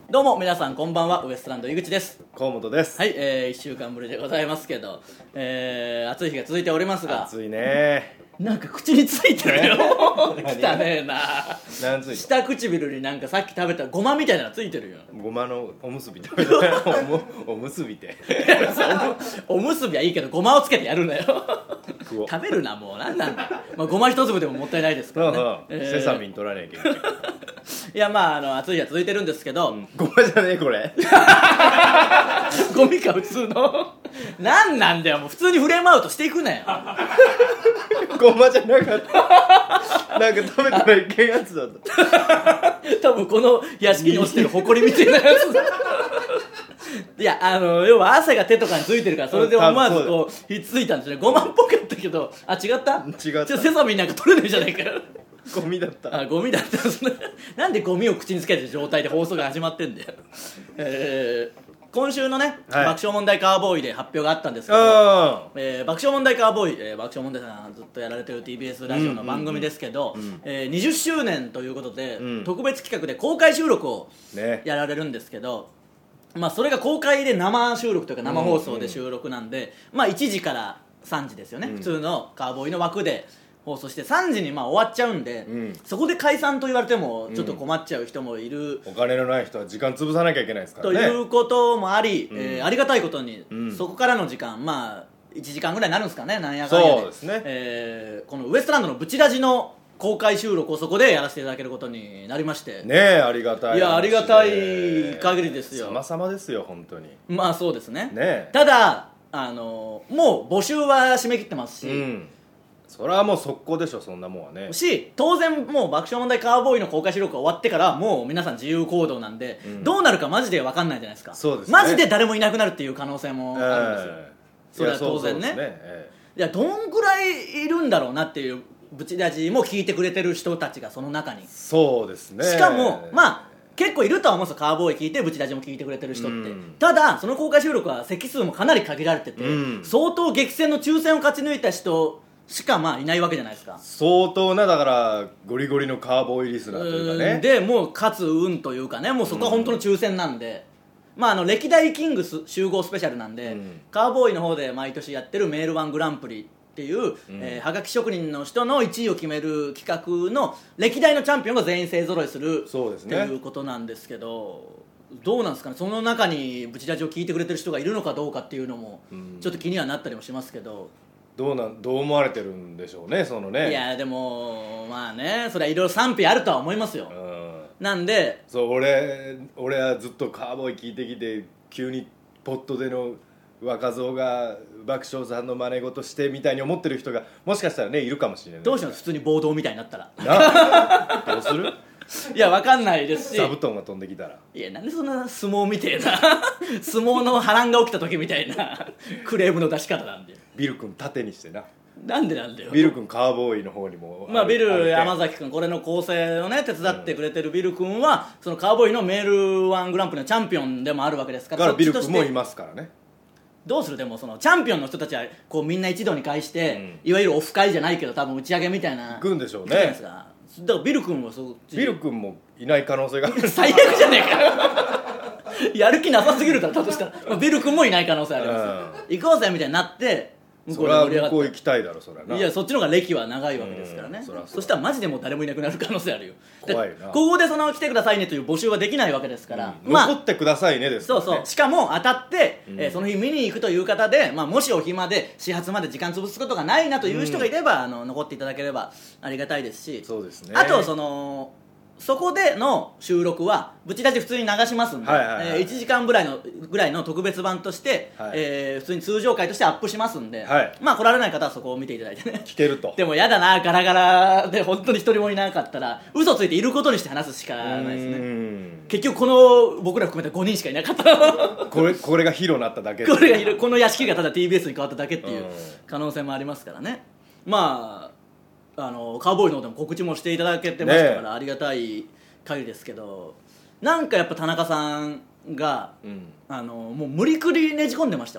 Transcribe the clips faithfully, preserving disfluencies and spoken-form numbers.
どうも皆さんこんばんは、ウエストランド井口です。 河本です。 はい、えー、いっしゅうかんぶりでございますけど、えー、暑い日が続いておりますが、 暑いね。 なんか口についてるよ汚ねえな。 何ついて下唇になんかさっき食べたごまみたいなのついてるよ。 ごまのおむすび食べたおむおむすびっておむすびはいいけどごまをつけてやるなよ食べるな、もうなんなんだ、まあ、ごま一粒でももったいないですからね。 そうそう、 えーセサミン取らなきゃいけないいや、まあ、あの暑い日は続いてるんですけど、うん、 ごまじゃねえこれゴミか普通のなんなんだよ、もう普通にフレームアウトしていくなよごまじゃなかったなんか食べたらいけんやつだった多分この屋敷に落ちてるホコリみたいなやつだいや、あの要は汗が手とかについてるからそれで思わずこうひっついたんですよね。ごまっぽかったけど、あ、違った違った。 セサミンなんか取れないじゃないかよゴミだった。 あ、ゴミだったですねなんでゴミを口につけてる状態で放送が始まってんだよえー今週のね、はい、爆笑問題カーボーイで発表があったんですけど、えー、爆笑問題カーボーイ、えー、爆笑問題さんずっとやられてる ティービーエス ラジオの番組ですけど、えー、にじゅっしゅうねんということで、うん、特別企画で公開収録をやられるんですけど、ね、まあ、それが公開で生収録というか生放送で収録なんで、うんうん、まあ、いちじからさんじですよね、うん、普通のカーボーイの枠で放送してさんじにまあ終わっちゃうんで、うん、そこで解散と言われてもちょっと困っちゃう人もいる、 うん、お金のない人は時間潰さなきゃいけないですからねということもあり、うん、えー、ありがたいことに、 うん、 そこからの時間、まあいちじかんぐらいになるんですかね、なんやかんやで。 そうですね、 えー、このウエストランドのブチラジの公開収録をそこでやらせていただけることになりまして、 ねえ、ありがたい。 いや、ありがたい限りですよ。 様々ですよ本当に。 まあそうですね。 ね、 ただあのもう募集は締め切ってますし、うん、 それはもう速攻でしょ、そんなもんはね。 し、当然もう爆笑問題カーボーイの公開収録が終わってからもう皆さん自由行動なんで、うん、どうなるかマジで分かんないじゃないですか。 そうですね、 マジで誰もいなくなるっていう可能性もあるんですよ、えー、それは当然 ね, い, ね、えー、いや、どんぐらいいるんだろうなっていう、ブチラジも聞いてくれてる人たちがその中に。 そうですね。 しかもまあ結構いるとは思うんですよ、カーボーイ聞いてブチラジも聞いてくれてる人って、うん、ただその公開収録は席数もかなり限られてて、うん、相当激戦の抽選を勝ち抜いた人しかまあいないわけじゃないですか。 相当な、だからゴリゴリのカーボーイリスナーというかね、 でもう勝つ運というかね、もうそこは本当の抽選なんで、うん、まあ、あの歴代キングス集合スペシャルなんで、うん、カーボーイの方で毎年やってるメールワングランプリっていう、うん、えー、はがき職人の人のいちいを決める企画の歴代のチャンピオンが全員勢ぞろいする、 そうですね、 っていうことなんですけど、どうなんですかね、その中にブチラジを聞いてくれてる人がいるのかどうかっていうのもちょっと気にはなったりもしますけど、 どうなんどう思われてるんでしょうね、そのね。 いやでもまあね、それはいろいろ賛否あるとは思いますよ、うん、なんで、 そう、俺俺はずっとカーボーイ聞いてきて、急にポットでの若造が爆笑さんの真似事してみたいに思ってる人がもしかしたらね、いるかもしれない。 どうします、普通に暴動みたいになったらなどうするいや、わかんないですし、 座布団が飛んできたら、 いや、なんでそんな相撲みたいな相撲の波乱が起きた時みたいなクレームの出し方なんで、 ビル君縦にしてな。 なんでなんだよ、 ビル君カーボーイの方にも、 まあ、ビル山崎君、これの構成をね手伝ってくれてるビル君は、うん、そのカーボーイのメールワングランプリのチャンピオンでもあるわけですから、 だからビル君もいますからね。 どうする、でもそのチャンピオンの人たちはこうみんな一堂に会して、うん、いわゆるオフ会じゃないけど多分打ち上げみたいな行くんでしょうね。だからビル君はそう、 ビル君もいない可能性がある最悪じゃねえかよやる気なさすぎるだろ、だとしたら、まあ、ビル君もいない可能性あります、うん、行こうぜみたいになって向こうで盛り上がって、それは向こう行きたいだろ、それはな。 いや、そっちの方が歴は長いわけですからね、うん、 そ, そ, そしたらマジでもう誰もいなくなる可能性あるよ。 怖いな。 ここでその来てくださいねという募集はできないわけですから、 うん、まあ、残ってくださいねですからね。 そうそう、しかも当たって、うん、えー、その日見に行くという方で、まあ、もしお暇で始発まで時間潰すことがないなという人がいれば、うん、あの残っていただければありがたいですし、 そうですね。 あとそのそこでの収録はブチラジ普通に流しますんで、はいはいはい、えー、いちじかんぐらいのぐらいの特別版として、はい、えー、普通に通常回としてアップしますんで、はい、まあ来られない方はそこを見ていただいてね、 聞けると。 でもやだな、ガラガラで本当に一人もいなかったら嘘ついていることにして話すしかないですね。結局この僕ら含めてごにんしかいなかったこれこれがヒーローになっただけこれがこの屋敷がただ ティービーエス に変わっただけっていう可能性もありますからね。まああのカウボーイの方でも告知もしていただけてましたから、ね、ありがたい限りですけど、なんかやっぱ田中さんが、うん、あのもう無理くりねじ込んでましたもんね。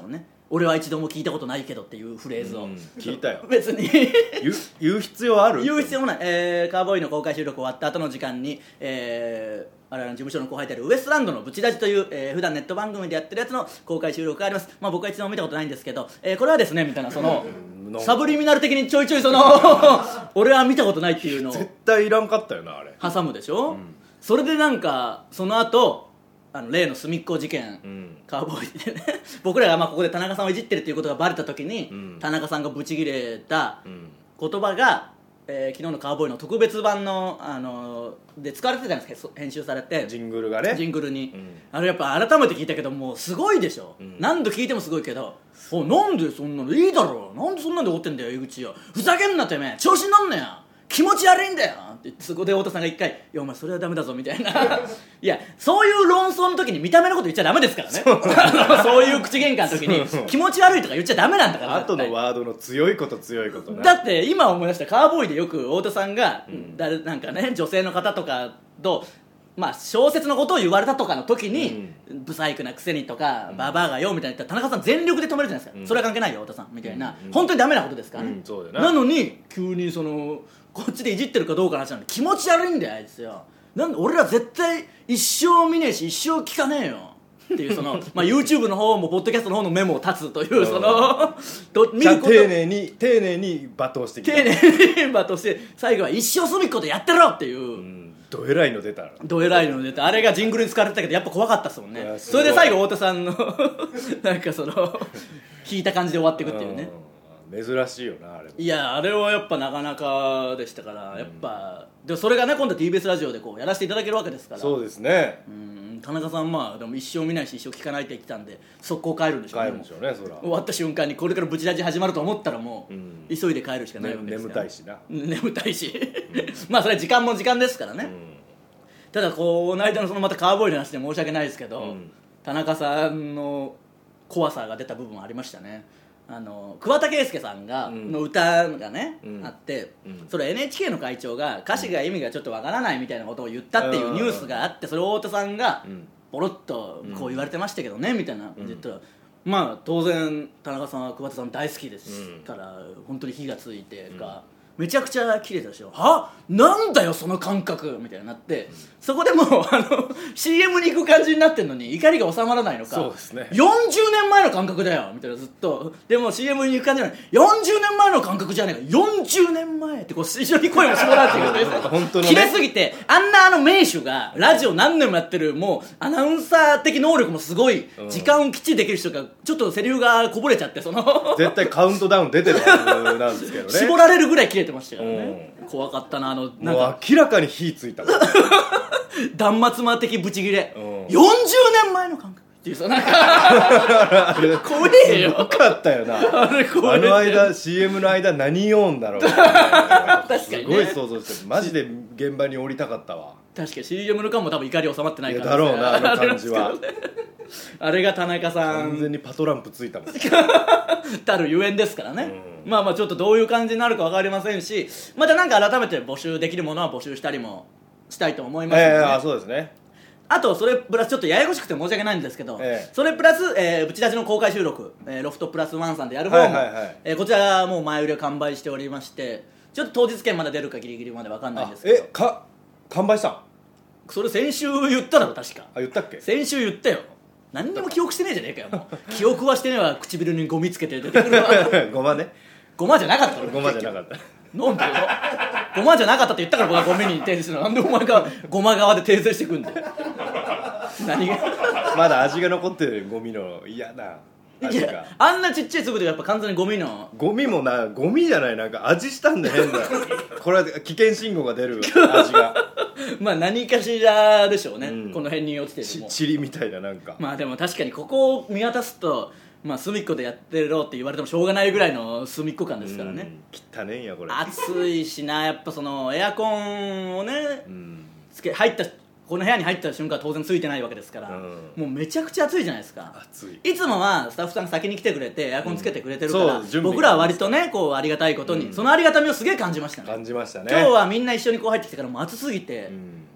俺は一度も聞いたことないけどっていうフレーズを、うん、 聞いたよ別に言う、言う必要ある？ 言う必要もない、えー、カーボーイの公開収録終わった後の時間に、えー我々の事務所の後輩であるウエストランドのブチラジという、えー、普段ネット番組でやってるやつの公開収録があります。まあ僕は一度も見たことないんですけど、えー、これはですねみたいなそのサブリミナル的にちょいちょいその俺は見たことないっていうのを絶対いらんかったよなあれ挟むでしょ、うん、それでなんかその後あの例の隅っこ事件、うん、カーボーイでね僕らがまあここで田中さんをいじってるっていうことがバレた時に、うん、田中さんがブチギレた言葉が、えー、昨日のカーボーイの特別版の、あのー、で使われてたじゃないですか、編集されてジングルがねジングルに、うん、あれやっぱ改めて聞いたけどもうすごいでしょ、うん、何度聞いてもすごいけどおなんでそんなのいいだろうなんでそんなんで怒ってんだよ井口よふざけんなてめえ調子になんなよ気持ち悪いんだよって言ってそこで太田さんが一回いやお前それはダメだぞみたいないやそういう論争の時に見た目のこと言っちゃダメですからねそういう口喧嘩の時に気持ち悪いとか言っちゃダメなんだから後のワードの強いこと強いことねだって今思い出したカーボーイでよく太田さんが、うん、誰なんかね女性の方とかとまあ小説のことを言われたとかの時に、うん、ブサイクなくせにとか、うん、ババアがよみたいな言ったら田中さん全力で止めるじゃないですか、うん、それは関係ないよ太田さんみたいな、うん、本当にダメなことですからね、うん、そうだよなのに急にそのこっちでいじってるかどうかの話なのに気持ち悪いんだよあいつよなんで俺ら絶対一生見ねえし一生聞かねえよっていうそのまあ YouTube の方もポッドキャストの方のメモを立つというそのちゃん丁寧に丁寧に罵倒してきた丁寧に罵倒して最後は一生隅っこでやってろっていう、うんどえらいの出たどえらいの出たあれがジングルに使われてたけどやっぱ怖かったっすもんねそれで最後太田さんのなんかその引いた感じで終わっていくっていうね珍しいよなあれいやあれはやっぱなかなかでしたからやっぱ、うん、でもそれがね今度 ティービーエス ラジオでこうやらせていただけるわけですからそうですねうん田中さんまあでも一生見ないし一生聞かないって言ってたんで速攻帰るんでしょうね帰るんでしょうねそら終わった瞬間にこれからブチラジ始まると思ったらもう、うん、急いで帰るしかないわけですから、 ね、眠たいしな眠たいしまあそれは時間も時間ですからね、うんただこの間のそのまたカーボーイの話で申し訳ないですけど、うん、田中さんの怖さが出た部分もありましたねあの桑田佳祐さんが、うん、の歌がね、うん、あって、うん、それ エヌエイチケー の会長が歌詞が意味がちょっとわからないみたいなことを言ったっていうニュースがあってそれを太田さんがポロッとこう言われてましたけどねみたいなこと言ったらまあ当然田中さんは桑田さん大好きですから本当に火がついてかめちゃくちゃ綺麗だしよはなんだよその感覚みたいになって、うん、そこでもうあの シーエム に行く感じになってんのに怒りが収まらないのかそうですねよんじゅうねんまえの感覚だよみたいなずっとでも シーエム に行く感じじゃないよんじゅうねんまえの感覚じゃねえかよんじゅうねんまえってこう非常に声を絞られていくんです本当の、ね、 切れすぎてあんなあの名手がラジオ何年もやってるもうアナウンサー的能力もすごい、うん、時間をきっちりできる人がちょっとセリフがこぼれちゃってその絶対カウントダウン出てるはずなんですけどね絞られるぐらい切れてましたからね、うん、怖かったなあのなんかもう明らかに火ついた断末魔的ブチギレ、うん、よんじゅうねんまえの感覚っていうさなんか怖えよすごかったよなあれ怖い、ね、あの間 シーエム の間何言うんだろう確かに、ね、 すごい想像してマジで現場に降りたかったわ確かに シーエム の間も多分怒り収まってないからだろうなあの感じはあれが田中さん完全にパトランプついたもんたるゆえんですからね、うん、まあまあちょっとどういう感じになるか分かりませんしまたなんか改めて募集できるものは募集したりもしたいと思いますので、ね、 えー、あそうですねあとそれプラスちょっとややこしくて申し訳ないんですけど、ええ、それプラス、えー、ブチラジの公開収録、えー、ロフトプラスワンさんでやる方も、はいはいはいえー、こちらもう前売りは完売しておりましてちょっと当日券まで出るかギリギリまで分かんないんですけどえか完売したんそれ先週言っただろ確かあ言ったっけ先週言ったよ何にも記憶してねえじゃねえかよもう記憶はしてねえわ唇にゴミつけて出てくるわごまねごまじゃなかったごまじゃなかったなんでよごまじゃなかったって言ったから僕はゴミに訂正するのなんでお前がごま側で訂正してくんだよ何がまだ味が残ってるゴミの嫌な味があんなちっちゃい粒でやっぱ完全にゴミのゴミもなゴミじゃないなんか味したんだ変なこれは危険信号が出る味がまあ何かしらでしょうね、うん、この辺に落ちてるもチリみたいななんかまあでも確かにここを見渡すとまあ隅っこでやってろって言われてもしょうがないぐらいの隅っこ感ですからね、 うん、汚ねんやこれ暑いしなやっぱそのエアコンをね、うん、つけ入ったこの部屋に入った瞬間は当然ついてないわけですから、うん、もうめちゃくちゃ暑いじゃないですか暑いいつもはスタッフさんが先に来てくれてエアコンつけてくれてるから、うん、僕らは割とねこうありがたいことに、うん、そのありがたみをすげえ感じましたね感じましたね今日はみんな一緒にこう入ってきてからもう暑すぎて、うん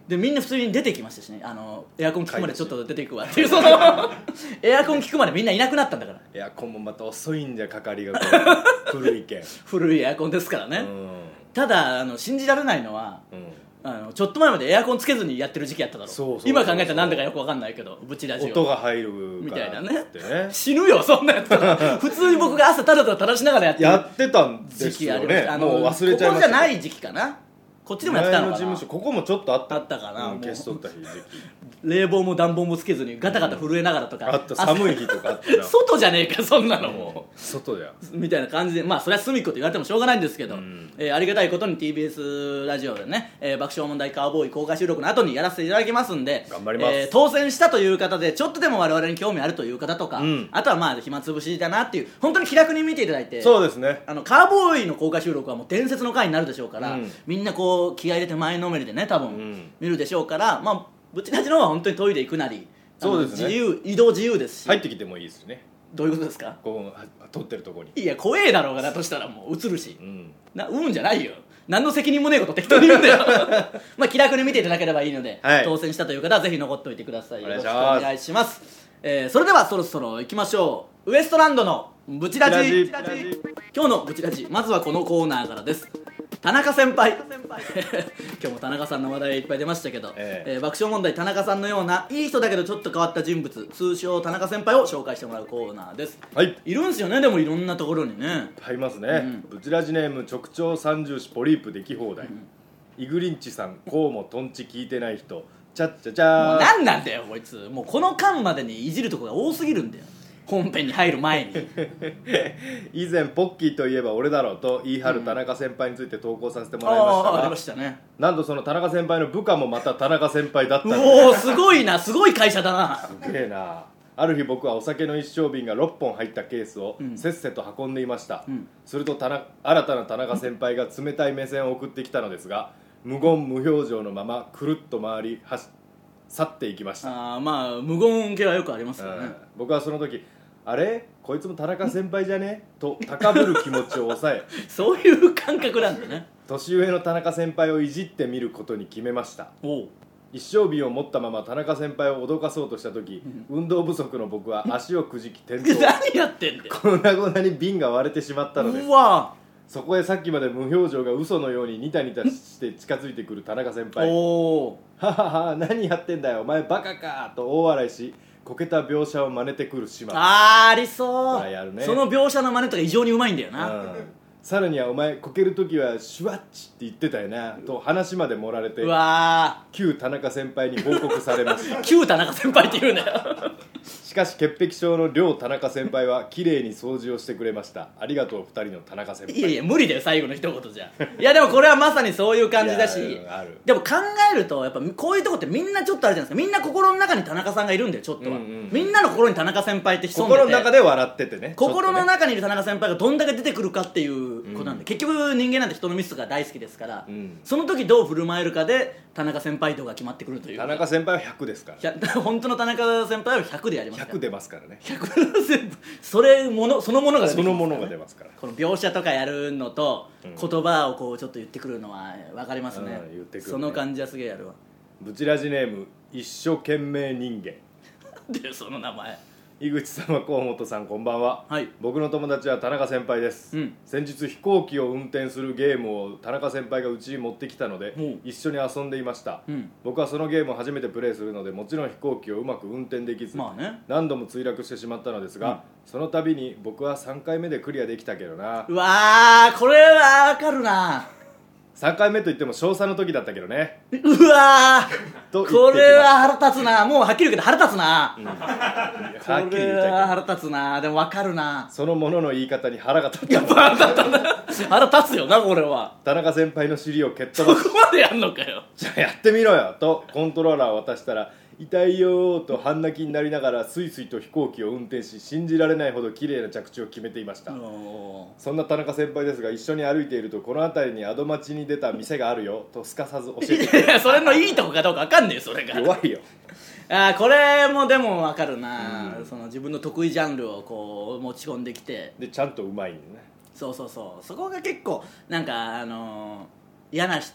でみんな普通に出てきましたしね、あのエアコン効くまでちょっと出ていくわっていうそのエアコン効くまでみんないなくなったんだから。 エアコンもまた遅いんじゃ、係がこう古いけん古いエアコンですからね、うん、ただあの信じられないのは、うんあのちょっと前までエアコンつけずにやってる時期やっただろ。そうそうそうそう、今考えたらなんだかよく分かんないけど、ブチラジオ音が入るみたいなね、 ね死ぬよそんなやつ普通に僕が朝ただただ垂らしながらやってるやってたんですよね。あのもう忘れちゃいました。ここじゃない時期かな、こっちでもやってたのかな。 前の事務所ここもちょっとあったあったかな、 うん、消しとった日時期冷房も暖房もつけずにガタガタ震えながらとか、 うん、あった寒い日とかあったな外じゃねえかそんなのもう外じゃみたいな感じで、まあそれは隅っこと言われてもしょうがないんですけど、うんえー、ありがたいことに ティービーエス ラジオでね、えー、爆笑問題カーボーイ公開収録の後にやらせていただきますんで、 頑張ります、 えー、当選したという方でちょっとでも我々に興味あるという方とか、うん、あとはまあ暇つぶしだなっていう本当に気楽に見ていただいて、 そうですね、 あのカーボーイの公開収録はもう伝説の回になるでしょうから、うん、みんなこう気合い入れて前のめりでね多分、うん、見るでしょうから、まあぶちラジの方は本当にトイレ行くなり、 そうですね、 自由移動自由ですし、 入ってきてもいいですね。 どういうことですか。 こう撮ってるとこに。 いや怖えだろうがだとしたらもう映るし、うん、なうんじゃないよ、何の責任もねえこと適当に言うんだよまあ気楽に見ていただければいいので、はい、当選したという方はぜひ残っておいてください。よろしくお願いします。えー、それではそろそろ行きましょう。ウエストランドのブチラジ。今日のブチラジ、まずはこのコーナーからです。田中先輩今日も田中さんの話題いっぱい出ましたけど、えええー、爆笑問題田中さんのようないい人だけどちょっと変わった人物、通称田中先輩を紹介してもらうコーナーです。はい、いるんすよね、でもいろんなところにねいっぱいいますね、うん、ブチラジネーム直腸三重視ポリープでき放題、うん、イグリンチさん、こうもトンチ聞いてない人、チャッチャチャー。 もう何なんだよこいつ、もうこの間までにいじるとこが多すぎるんだよ本編に入る前に以前ポッキーといえば俺だろうと言い張る田中先輩について投稿させてもらいましたが、 うん、あありましたね。 なんとその田中先輩の部下もまた田中先輩だったんです。 おおすごいな、すごい会社だな。 すげえな。ある日僕はお酒の一升瓶がろっぽん入ったケースをせっせと運んでいました、うん、すると田中新たな田中先輩が冷たい目線を送ってきたのですが、無言無表情のままくるっと回りはし去っていきました。 あまあ無言系はよくありますよね、うん、 僕はその時あれこいつも田中先輩じゃねと高ぶる気持ちを抑えそういう感覚なんだね。 年上の田中先輩をいじってみることに決めました。お一升瓶を持ったまま田中先輩を脅かそうとした時、うん、運動不足の僕は足をくじき転倒何やってんだよ。 粉々に瓶が割れてしまったのです。うわそこへさっきまで無表情が嘘のようにニタニタして近づいてくる田中先輩。おははは何やってんだよお前バカかと大笑いし、こけた描写を真似てくる島。 あーありそう、 あやるね、 その描写の真似とか異常にうまいんだよな、うん、 さらにはお前こけるときはシュワッチって言ってたよなと話まで盛られて、 うわ旧田中先輩に報告されました旧田中先輩って言うんだよしかし潔癖症の両田中先輩は綺麗に掃除をしてくれました。ありがとうふたりの田中先輩。 いやいや無理だよ最後の一言じゃいやでもこれはまさにそういう感じだし、でも考えるとやっぱこういうとこってみんなちょっとあるじゃないですか。みんな心の中に田中さんがいるんだよちょっとは、うんうんうん、みんなの心に田中先輩って潜んでて、 心の中で笑っててね、 心の中にいる田中先輩がどんだけ出てくるかっていうことなんで、うん、結局人間なんて人のミスが大好きですから、うん、その時どう振る舞えるかで田中先輩度が決まってくるという。 田中先輩はひゃくですから本当の田中先輩はひゃくでやりますから。 ひゃく出ますからね。 ひゃくそれものそのものが出てきますからね。 そのものが出ますから。 この描写とかやるのと、うん、言葉をこうちょっと言ってくるのは分かりますね、うん、言ってくるね。その感じはすげえやるわ。 ブチラジネーム一生懸命人間でその名前。 井口様河本さんこんばんは、はい、僕の友達は田中先輩です、うん、先日飛行機を運転するゲームを田中先輩がうちに持ってきたので、うん、一緒に遊んでいました、うん、僕はそのゲームを初めてプレイするのでもちろん飛行機をうまく運転できず、まあね、何度も墜落してしまったのですが、うん、その度に僕はさんかいめでクリアできたけどな。 うわーこれは分かるな。 さんかいめといっても小さの時だったけどね。 うわーとこれは腹立つな。もうはっきり言うけど腹立つな、うん、これは腹立つな。でも分かるな。 そのものの言い方に腹が立った。 やっぱ腹立ったんだ腹立つよなこれは。 田中先輩の尻を蹴っ飛ばす。 そこまでやんのかよ。 じゃあやってみろよとコントローラーを渡したら痛いよーと半泣きになりながらスイスイと飛行機を運転し信じられないほど綺麗な着地を決めていました。そんな田中先輩ですが一緒に歩いているとこの辺りにアドマチに出た店があるよとすかさず教えてくれ。 いやそれのいいとこかどうか分かんねえそれが。 弱いよ。 あこれもでも分かるな、うん、その自分の得意ジャンルをこう持ち込んできてでちゃんとうまいんだね。 そうそうそうそこが結構なんかあのー、嫌な人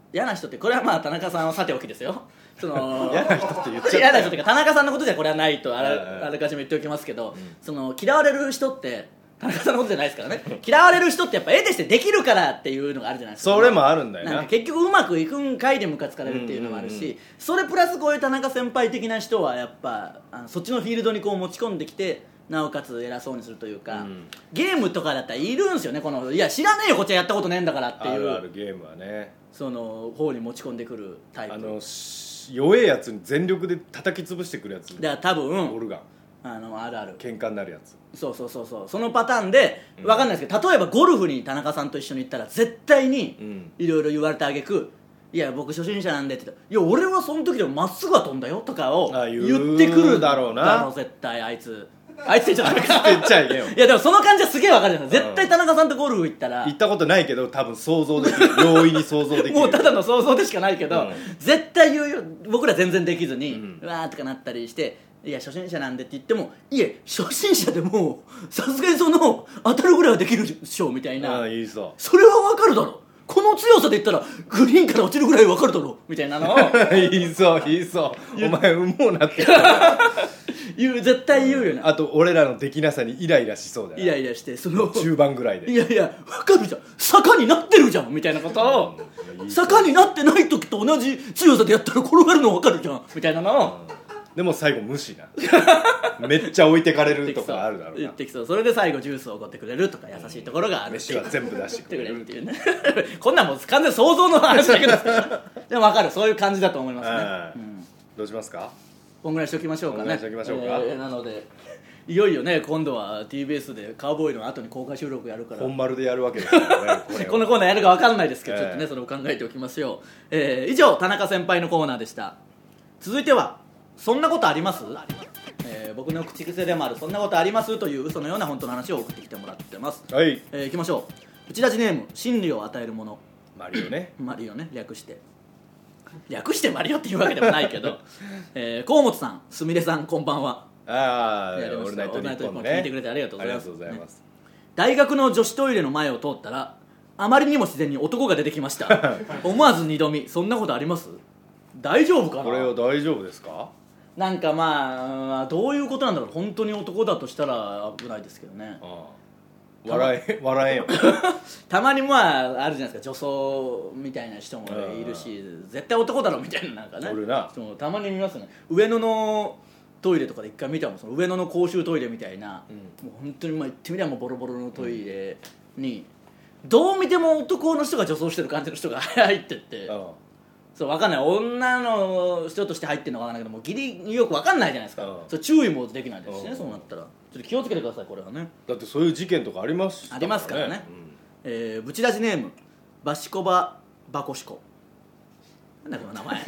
嫌な人ってこれはまあ田中さんはさておきですよ。その嫌な人って言っちゃった嫌な人っていうか田中さんのことじゃこれはないとあら、あらかじめ言っておきますけど、うん、その嫌われる人って田中さんのことじゃないですからね嫌われる人ってやっぱ絵としてできるからっていうのがあるじゃないですか。 それもあるんだよな, な, なんか結局うまくいくんかいでムカつかれるっていうのもあるし、うんうんうん、それプラスこういう田中先輩的な人はやっぱあのそっちのフィールドにこう持ち込んできてなおかつ偉そうにするというか、うん、ゲームとかだったらいるんですよね。このいや知らねえよこっちはやったことねえんだからっていうあるあるゲームはねその方に持ち込んでくるタイプ。 あの弱えやつに全力で叩き潰してくるやつだから多分オルガンあのあるある喧嘩になるやつそうそうそうそうそのパターンで分かんないですけど、うん、例えばゴルフに田中さんと一緒に行ったら絶対にいろいろ言われてあげく、いや僕初心者なんでって言ったらいや俺はその時でもまっすぐは飛んだよとかを言ってくるだろうなだろう絶対あいつあいつって言っちゃダメか言っちゃいけんよいやでもその感じはすげえ分かるじゃないですか。絶対田中さんとゴルフ行ったら行ったことないけど多分想像できる容易に想像できるもうただの想像でしかないけど、うん、絶対言うよ僕ら全然できずに、うん、わーとかなったりしていや初心者なんでって言ってもいえ初心者でもさすがにその当たるぐらいはできるでしょみたいな。 ああいいそうそれは分かるだろこの強さで言ったらグリーンから落ちるぐらい分かるだろみたいなのをいいそういいそうお前うもうなってる言う絶対言うよな、 うん、あと俺らのできなさにイライラしそうだよイライラしてその中盤ぐらいでいやいや分かるじゃん坂になってるじゃんみたいなことを、うん、坂になってない時と同じ強さでやったら転がるの分かるじゃんみたいなのを、うんでも最後無視なめっちゃ置いてかれるとかあるだろうな言ってきそう。それで最後ジュースをおごってくれるとか優しいところがある、うん、 飯は全部出してくれるっていうねこんなんもう完全に想像の話だけですからでも分かるそういう感じだと思いますね、うん、 どうしますかこんぐらいしときましょうかね。 こんぐらいしときましょうか、 えー、なのでいよいよね今度は ティービーエス でカウボーイの後に公開収録やるから本丸でやるわけですからねこ, このコーナーやるか分かんないですけど、えー、ちょっとねそれを考えておきましょう、えー、以上田中先輩のコーナーでした。続いてはそんなことあります、えー、僕の口癖でもあるそんなことありますという嘘のような本当の話を送ってきてもらってます。 はい、 えー、いきましょう。内ラジネーム真理を与えるものマリオねマリオね略して略してマリオっていうわけでもないけど、えー、河本さんすみれさんこんばんは。 ああオールナイトニッポンね聞いてくれてありがとうございます。 ありがとうございます、ね、 大学の女子トイレの前を通ったらあまりにも自然に男が出てきました思わず二度見。そんなことあります？大丈夫かなこれは大丈夫ですか？ なんかまあどういうことなんだろう。本当に男だとしたら危ないですけどね。 ああ笑え笑えよたまにまああるじゃないですか女装みたいな人もいるし絶対男だろみたいななんかねおるな。 たまに見ますね。上野のトイレとかで一回見たもんその上野の公衆トイレみたいな、うん、もう本当にまあ言ってみればもうボロボロのトイレに、うん、どう見ても男の人が女装してる感じの人が入ってって、うんそう分かんない女の人として入ってるのか分かんないけどもうギリよく分かんないじゃないですか、うん、そう注意もできないですしね、うん、そうなったらちょっと気をつけてくださいこれはね。 だってそういう事件とかありますからね。 ありますからね、うんえー、ブチラジネームバシコババコシコなんだこの名前、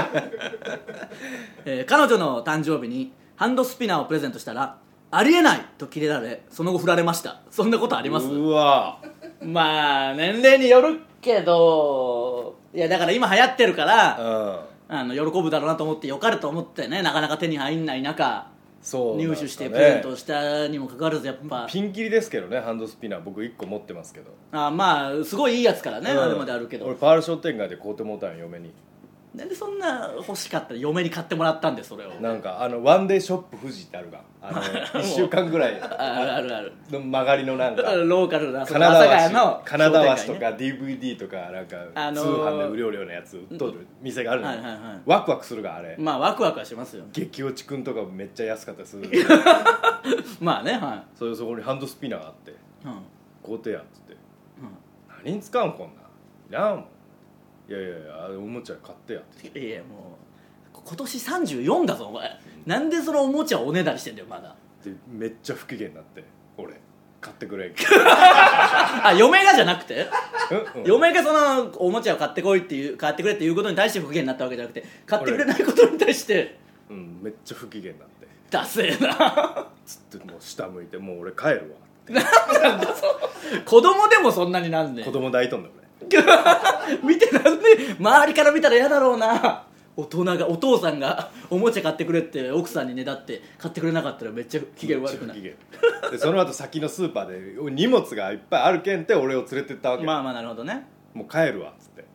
えー、彼女の誕生日にハンドスピナーをプレゼントしたらありえないとキレられその後振られました。そんなことあります？ うわまあ年齢によるけどいやだから今流行ってるから、うん、あの喜ぶだろうなと思ってよかれと思ってねなかなか手に入んない中そう、ね、入手してプレゼントしたにもかかわらずやっぱピンキリですけどねハンドスピナー僕いっこ持ってますけどあまあすごいいいやつからね、うん、あれまであるけど俺パール商店街で買うてもうたんよ嫁に。 なんでそんな欲しかったら嫁に買ってもらったんでそれをなんかあのワンデーショップ富士ってあるがあのいっしゅうかんぐらいあるあるあるの曲がりのなんかローカルな金田橋金田橋とか ディーブイディー とかなんかあのー、 通販で売るようなやつ売っとる店があるの、はいはいはい、ワクワクするがあれまあワクワクはしますよ。 激落ちくんとかめっちゃ安かったりするまあねはいそれそこにハンドスピナーがあって、うん、買うてやっつって、うん、何に使うんこんなんいらんもんいやいやいやおもちゃ買ってやっていやいやもう今年さんじゅうよんだぞお前、うん、なんでそのおもちゃをおねだりしてんだよまだでめっちゃ不機嫌になって俺買ってくれあ嫁がじゃなくて、 うんうん、 嫁がそのおもちゃを買ってこいっていう買ってくれっていうことに対して不機嫌になったわけじゃなくて買ってくれないことに対してうんめっちゃ不機嫌になってダセえなつってもう下向いてもう俺帰るわなんだそう子供でもそんなになんねん子供抱いとんだ俺見てなんで周りから見たら嫌だろうな大人がお父さんがおもちゃ買ってくれって奥さんにねだって買ってくれなかったらめっちゃ機嫌悪くなるでその後先のスーパーで荷物がいっぱいあるけんって俺を連れてったわけまあまあなるほどねもう帰るわっつって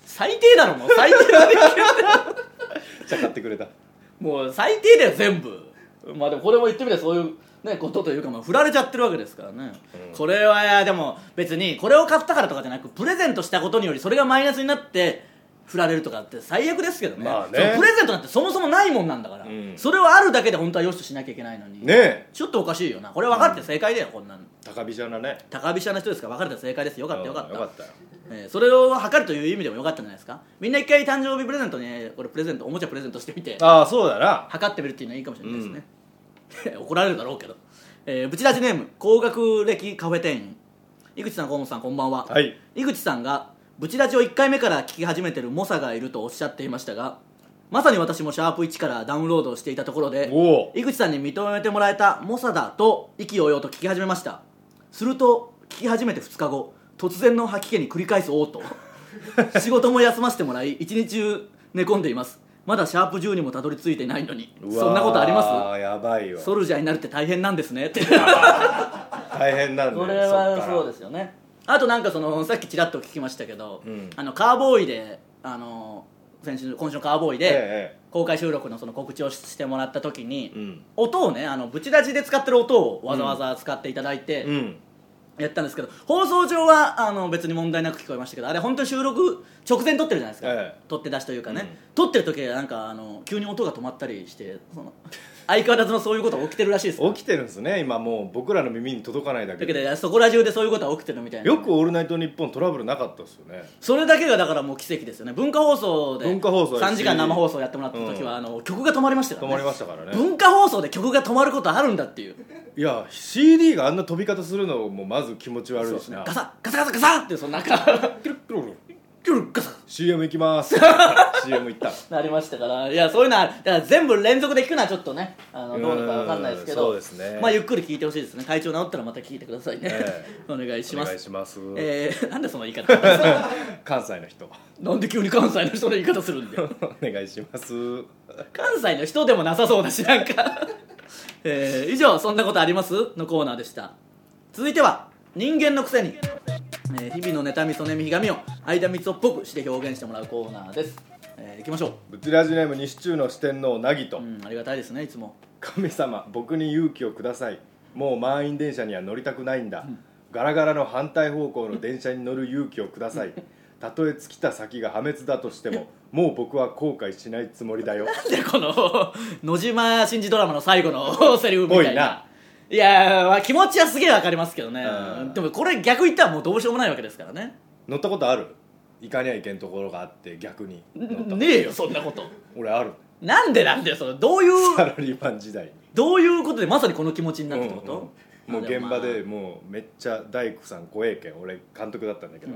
最低だろもう最低だねじゃあ買ってくれた。 もう最低だよ全部。まあでもこれも言ってみればそういうねことというか、まあ振られちゃってるわけですからね、うん、これは。いやでも別にこれを買ったからとかじゃなく、プレゼントしたことによりそれがマイナスになって振られるとかって最悪ですけどね。 まあね、 そのプレゼントなんてそもそもないもんなんだから、うん、それはあるだけで本当は良しとしなきゃいけないのにね。 ちょっとおかしいよな。これ分かって正解だよ、うん、こんなの。 高飛車なね、 高飛車な人ですから分かれて正解です。よかったよかった、 よかったよ、 えー、それを測るという意味でもよかったんじゃないですか。みんな一回誕生日プレゼントに、ね、これプレゼントおもちゃプレゼントしてみて、 ああそうだな、 測ってみるっていうのはいいかもしれないですね、うん、怒られるだろうけど、えー、ブチラジネーム高学歴カフェ店員。井口さん河本さんこんばんは、 はい、 井口さんがブチラジをいっかいめから聞き始めてる猛者がいるとおっしゃっていましたが、まさに私もシャープいちからダウンロードをしていたところで、井口さんに認めてもらえた猛者だと意気揚々と聞き始めました。すると聞き始めてふつかご、突然の吐き気に繰り返す嘔吐仕事も休ませてもらい一日中寝込んでいます。まだシャープじゅうにもたどり着いていないのに。そんなことあります？ ああやばいわ。 ソルジャーになるって大変なんですねって大変なんだよ。 これはそうですよね。あとなんかそのさっきちらっと聞きましたけど、 うん、 あのカーボーイであの先週今週のカーボーイで、ええ、公開収録のその告知をしてもらった時に、うん、音をねあのブチラジで使ってる音をわざわざ使っていただいて、うん、やったんですけど、放送上はあの別に問題なく聞こえましたけど、あれ本当に収録直前に撮ってるじゃないですか、ええ、撮って出しというかね、うん、撮ってる時はなんかあの急に音が止まったりしてその相変わらずのそういうことが起きてるらしいです。 起きてるんですね今。もう僕らの耳に届かないだけで、 だけどそこら中でそういうことは起きてるみたいな。 よくオールナイトニッポントラブルなかったですよね。 それだけがだからもう奇跡ですよね。文化放送で文化放送さんじかん生放送やってもらった時は、うん、あの曲が止まりましたからね。 止まりましたからね。 文化放送で曲が止まることあるんだっていう。 いや シーディー があんな飛び方するのもまず気持ち悪いしな、 ね、ガサガサガサガサってそのなんかキュルキュルキュルガサシーエム 行きます。シーエム 行ったなりましたから。いやそういうのはだから全部連続で聞くのはちょっとねあのどうなのか分かんないですけど、 そうですね、 まあゆっくり聞いてほしいですね。体調治ったらまた聞いてくださいね、えー、お願いします。 お願いします。 えー、なんでその言い方関西の人なんで急に関西の人の言い方するんだよお願いします。 関西の人でもなさそうだしなんかえー、以上そんなことありますのコーナーでした。続いては人間のくせに、えー、日々の妬みそねみひがみを間みつをっぽくして表現してもらうコーナーです。えー、いきましょう。 ブチラジネーム西中の四天王なぎと、 うん、ありがたいですねいつも。 神様僕に勇気をください。もう満員電車には乗りたくないんだ、うん、ガラガラの反対方向の電車に乗る勇気をくださいたとえ尽きた先が破滅だとしてももう僕は後悔しないつもりだよ。 なんでこの野島真司ドラマの最後のセリフみたいな。いや、まあ、気持ちはすげえわかりますけどね、うん、でもこれ逆言ったらもうどうしようもないわけですからね。 乗ったことある？行かにゃいけんところがあって逆にねえよそんなこと俺ある。 なんでなんだよそれ。どういうサラリーマン時代にどういうことでまさにこの気持ちになったってこと、うんうん、もう現場でもうめっちゃ大工さん怖えけん俺監督だったんだけど、うん、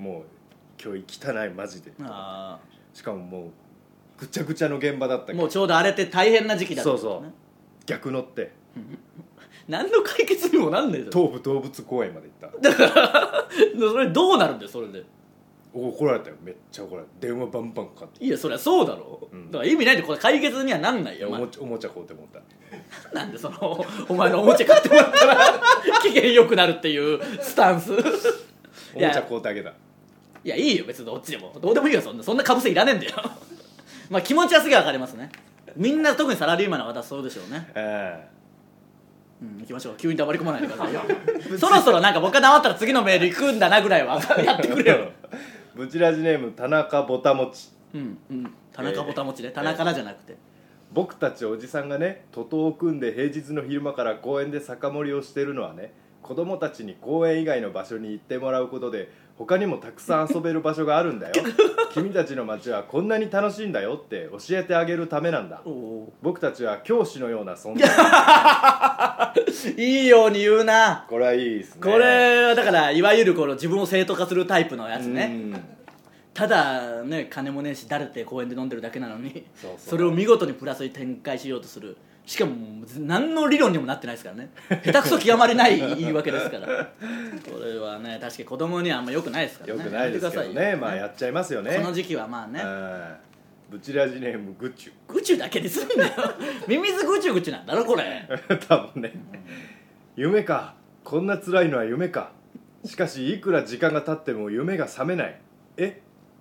もう今日汚いマジで。あしかももうぐちゃぐちゃの現場だったけどもうちょうど荒れて大変な時期だった、ね、 そうそう逆乗って何の解決にもなんねえ東武動物公園まで行っただからそれどうなるんだよそれで。 怒られたよめっちゃ怒られて電話バンバンかかって。 いやそりゃそうだろ、うん、だから意味ないでこれ解決にはなんないよ。 おもちゃおもちゃ買うてもらったなんでそのお前のおもちゃ買ってもらったら機嫌良くなるっていうスタンスおもちゃ買うてあげた。 いやいいよ別にどっちでもどうでもいいよそんなそんなかぶせいらねえんだよまあ気持ちはすげえわかりますね。みんな特にサラリーマンの方はそうでしょうね。ええー、うん、行きましょう。急に黙り込まないでくださいよそろそろなんか僕が黙ったら次のメール行くんだなぐらいはやってくれよブチラジネーム田中ぼたもち。 うんうん田中ぼたもちね、えー、田中らじゃなくて、 僕たちおじさんがね徒党を組んで平日の昼間から公園で酒盛りをしてるのはね子供たちに公園以外の場所に行ってもらうことで他にもたくさん遊べる場所があるんだよ君たちの街はこんなに楽しいんだよって教えてあげるためなんだ。僕たちは教師のような存在いいように言うな。 これはいいですね。 これはだからいわゆるこの自分を正当化するタイプのやつね。ただね金もねえし誰って公園で飲んでるだけなのに そうそうそれを見事にプラスに展開しようとする。しかも何の理論にもなってないですからね下手くそ極まりない言い訳ですからこれはね確かに子供にはあんま良くないですからね。 良くないですけどね。まあやっちゃいますよねこの時期はまあね。 ブチラジネームグチュグチュだけにすんだよミミズグチュグチュなんだろこれ多分ね、うん、夢かこんな辛いのは夢かしかしいくら時間が経っても夢が覚めない。え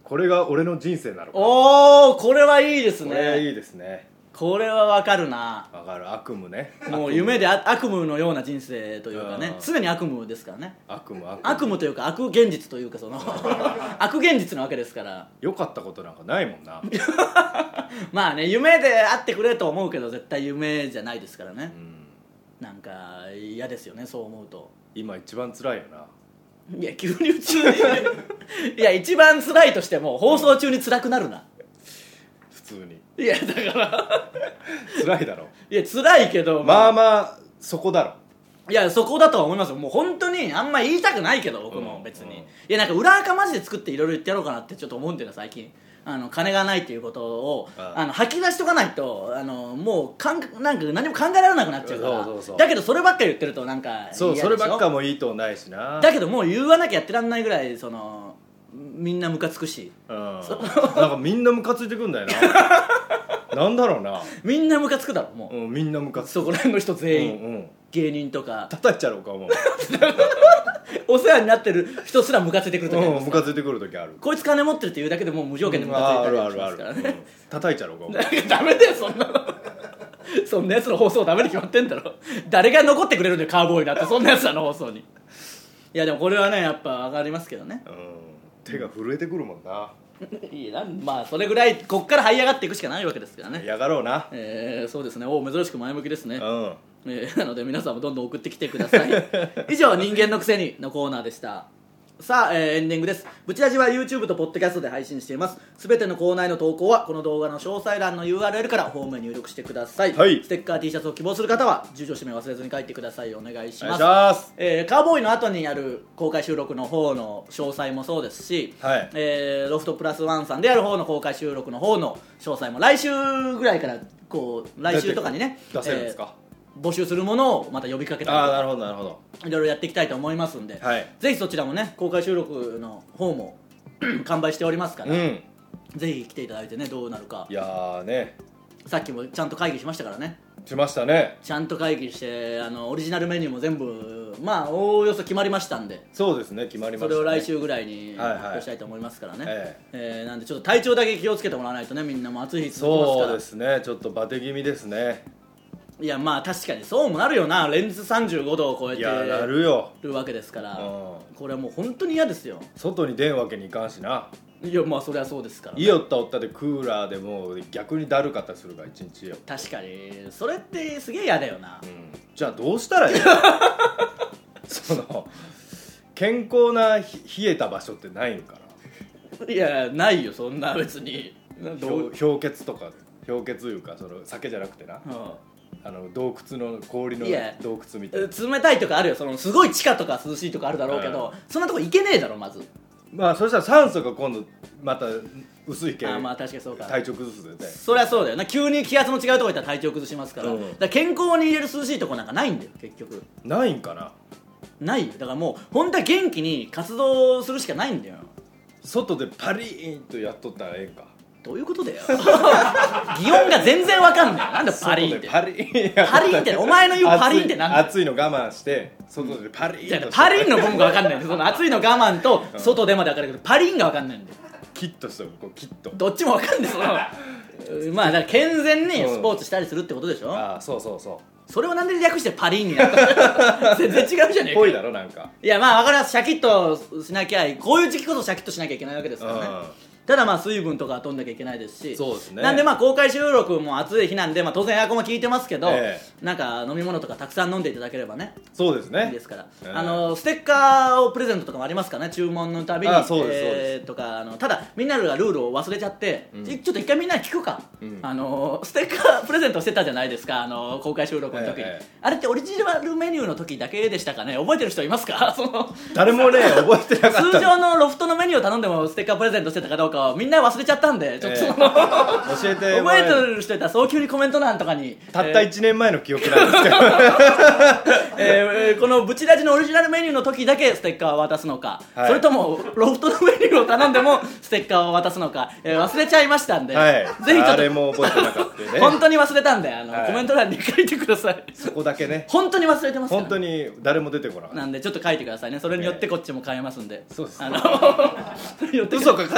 これが俺の人生なのか。 おお、これはいいですね。 これいいですね。 これはわかるな。 わかる。悪夢ね。 もう夢で悪夢のような人生というかね、常に悪夢ですからね。 悪夢悪夢悪夢というか悪現実というか、その悪現実なわけですから。 良かったことなんかないもんな。 まあね、夢であってくれと思うけど絶対夢じゃないですからね、うん、なんか嫌ですよね、そう思うと。 今一番辛いよな。 いや急に宇宙にいや一番辛いとしても放送中に辛くなるな、 普通に。 いやだから辛いだろ。 いや辛いけど、 まあまあそこだろ。 いやそこだとは思いますよ。もう本当にあんま言いたくないけど僕も別に、うんうん、いやなんか裏垢マジで作っていろいろ言ってやろうかなってちょっと思うんだよな最近。あの金がないっていうことをああの吐き出しとかないとあのもうかんなんか何も考えられなくなっちゃうから。そうそうそう。だけどそればっかり言ってるとなんかそうそればっかもいいとないしな。 だけどもう言わなきゃやってらんないぐらいそのみんなムカつくし、 うん、なんかみんなムカついてくんだよな。なんだろうな、 みんなムカつくだろもう、 うん、みんなムカつく。 そこら辺の人全員、 うんうん、 芸人とか叩いちゃろうかもうお世話になってる人すらムカついてくる時あります、うん、 ムカついてくる時ある。 こいつ金持ってるっていうだけでもう無条件でムカついたりしますからね、うん、あるあるある、うん、 叩いちゃろうかもうダメだよそんなのそんなやつの放送ダメに決まってんだろ。誰が残ってくれるんだよカーボーイになってそんなやつらの放送に。いやでもこれはねやっぱ上がりますけどね、うん、 手が震えてくるもんな。 いいな、まあそれぐらいこっから這い上がっていくしかないわけですからね。 やがろうな、 えー、そうですね。お珍しく前向きですね、 うんえー、なので皆さんもどんどん送ってきてください以上人間のくせにのコーナーでした。さあ、えー、エンディングです。ブチラジは YouTube と Podcast で配信しています。すべてのコーナーへの投稿はこの動画の詳細欄の ユーアールエル からフォームへ入力してください、はい、ステッカー T シャツを希望する方は住所氏名忘れずに書いてください。お願いします。お願いします。えー、カーボーイの後にある公開収録の方の詳細もそうですし、はい、えー、ロフトプラスワンさんである方の公開収録の方の詳細も来週ぐらいからこう来週とかにね出せるんですか、えー募集するものをまた呼びかけたりとか、 あ、なるほどなるほど、 いろいろやっていきたいと思いますんで、はい、ぜひそちらもね公開収録の方も完売しておりますから、うん、ぜひ来ていただいてねどうなるか。 いやーね、 さっきもちゃんと会議しましたからね。 しましたね。 ちゃんと会議してあのオリジナルメニューも全部まあおおよそ決まりましたんで。 そうですね、決まりましたね。 それを来週ぐらいに発表したいと思いますからね、はいはい、ええー、なんでちょっと体調だけ気をつけてもらわないとね。みんなも暑い日続きますから。 そうですね、ちょっとバテ気味ですね。 いやまあ確かにそうもなるよな。連日さんじゅうごどを超えてるわけですから、うん、これはもう本当に嫌ですよ。 外に出んわけにいかんしな。 いやまあそれはそうですから、ね、 いよったおったでクーラーでも逆にだるかったりするから一日よ。 確かにそれってすげえ嫌だよな、うん、 じゃあどうしたらいいのその健康な冷えた場所ってないんかな。いやないよそんな別に。 氷結とか氷結いうかその酒じゃなくてな、うん、あの洞窟の氷の洞窟みたいな。 冷たいとかあるよ。そのすごい地下とか涼しいとかあるだろうけど、うん、そんなとこ行けねえだろまず。 まあそしたら酸素が今度また薄いけん、 あまあ確かにそうか、 体調崩すでね。 そりゃそうだよな。急に気圧の違うとこ行ったら体調崩しますから、うん、だから健康に入れる涼しいとこなんかないんだよ結局。 ないんかな。 ないよ。だからもう本当は元気に活動するしかないんだよ。 外でパリーンとやっとったらええんか。 どういうことだよ擬音が全然わかんない。なんでパリンってパリンパリンってお前の言うパリンってなんだ。 暑いの我慢して外でパリンと、 うん、パリンの部分がわかんないんでその暑いの我慢と外でまでわかるけど、うん、パリンがわかんないんでキッとしてるこうキッとどっちもわかんないそのまあだから健全にスポーツしたりするってことでしょ、うん、 ああそうそうそう。それをなんで略してパリンになった全然違うじゃねえか。 ぽいだろなんか。 いやまあわかります。シャキッとしなきゃこういう時期こそシャキッとしなきゃいけないわけですからね、うん。ただまあ水分とか飛んなきゃいけないですし、 そうですね。 なんでまあ公開収録も暑い日なんで、まあ、当然エアコンも効いてますけど、えー、なんか飲み物とかたくさん飲んでいただければね。 そうですね。 いいですから、えー、あのステッカーをプレゼントとかもありますからね注文のたびに。 あそうです、えー、とかあのただみんながルールを忘れちゃって、うん、ちょっと一回みんなに聞くか、うん、あのステッカープレゼントしてたじゃないですかあの公開収録の時に、えー、あれってオリジナルメニューの時だけでしたかね。覚えてる人いますかその誰もね覚えてなかった。 通常のロフトのメニューを頼んでもステッカープレゼントしてたかどうかをみんな忘れちゃったんで、ちょっとその、えー、教えて覚えてる人いたら早急にコメント欄とかにたったいちねんまえの記憶なんですけど、 えー、このブチラジのオリジナルメニューの時だけステッカーを渡すのか、はい、それともロフトのメニューを頼んでもステッカーを渡すのか、えー、忘れちゃいましたんで、 はい、 ぜひちょっとあれも覚えてなかったね本当に忘れたんであの、はい、コメント欄に書いてください。 そこだけね本当に忘れてますから、 本当に誰も出てこなかったなんでちょっと書いてくださいね。それによってこっちも変えますんで、 そうですあの嘘書かないでください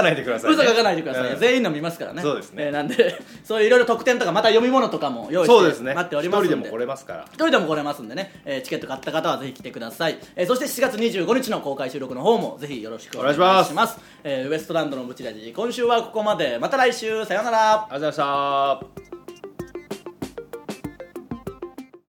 さい、ね、 嘘書かないでください、うん、全員の見ますからね。そうですね、えー、なんでそういういろいろ特典とかまた読み物とかも用意して待っておりますんで、一人でも来れますから一人でも来れますんでね、えー、チケット買った方はぜひ来てください、えー、そしてしちがつにじゅうごにちの公開収録の方もぜひよろしくお願いします。お願いします。えー、ウエストランドのブチラジ今週はここまで。また来週、さようなら。 ありがとうございました。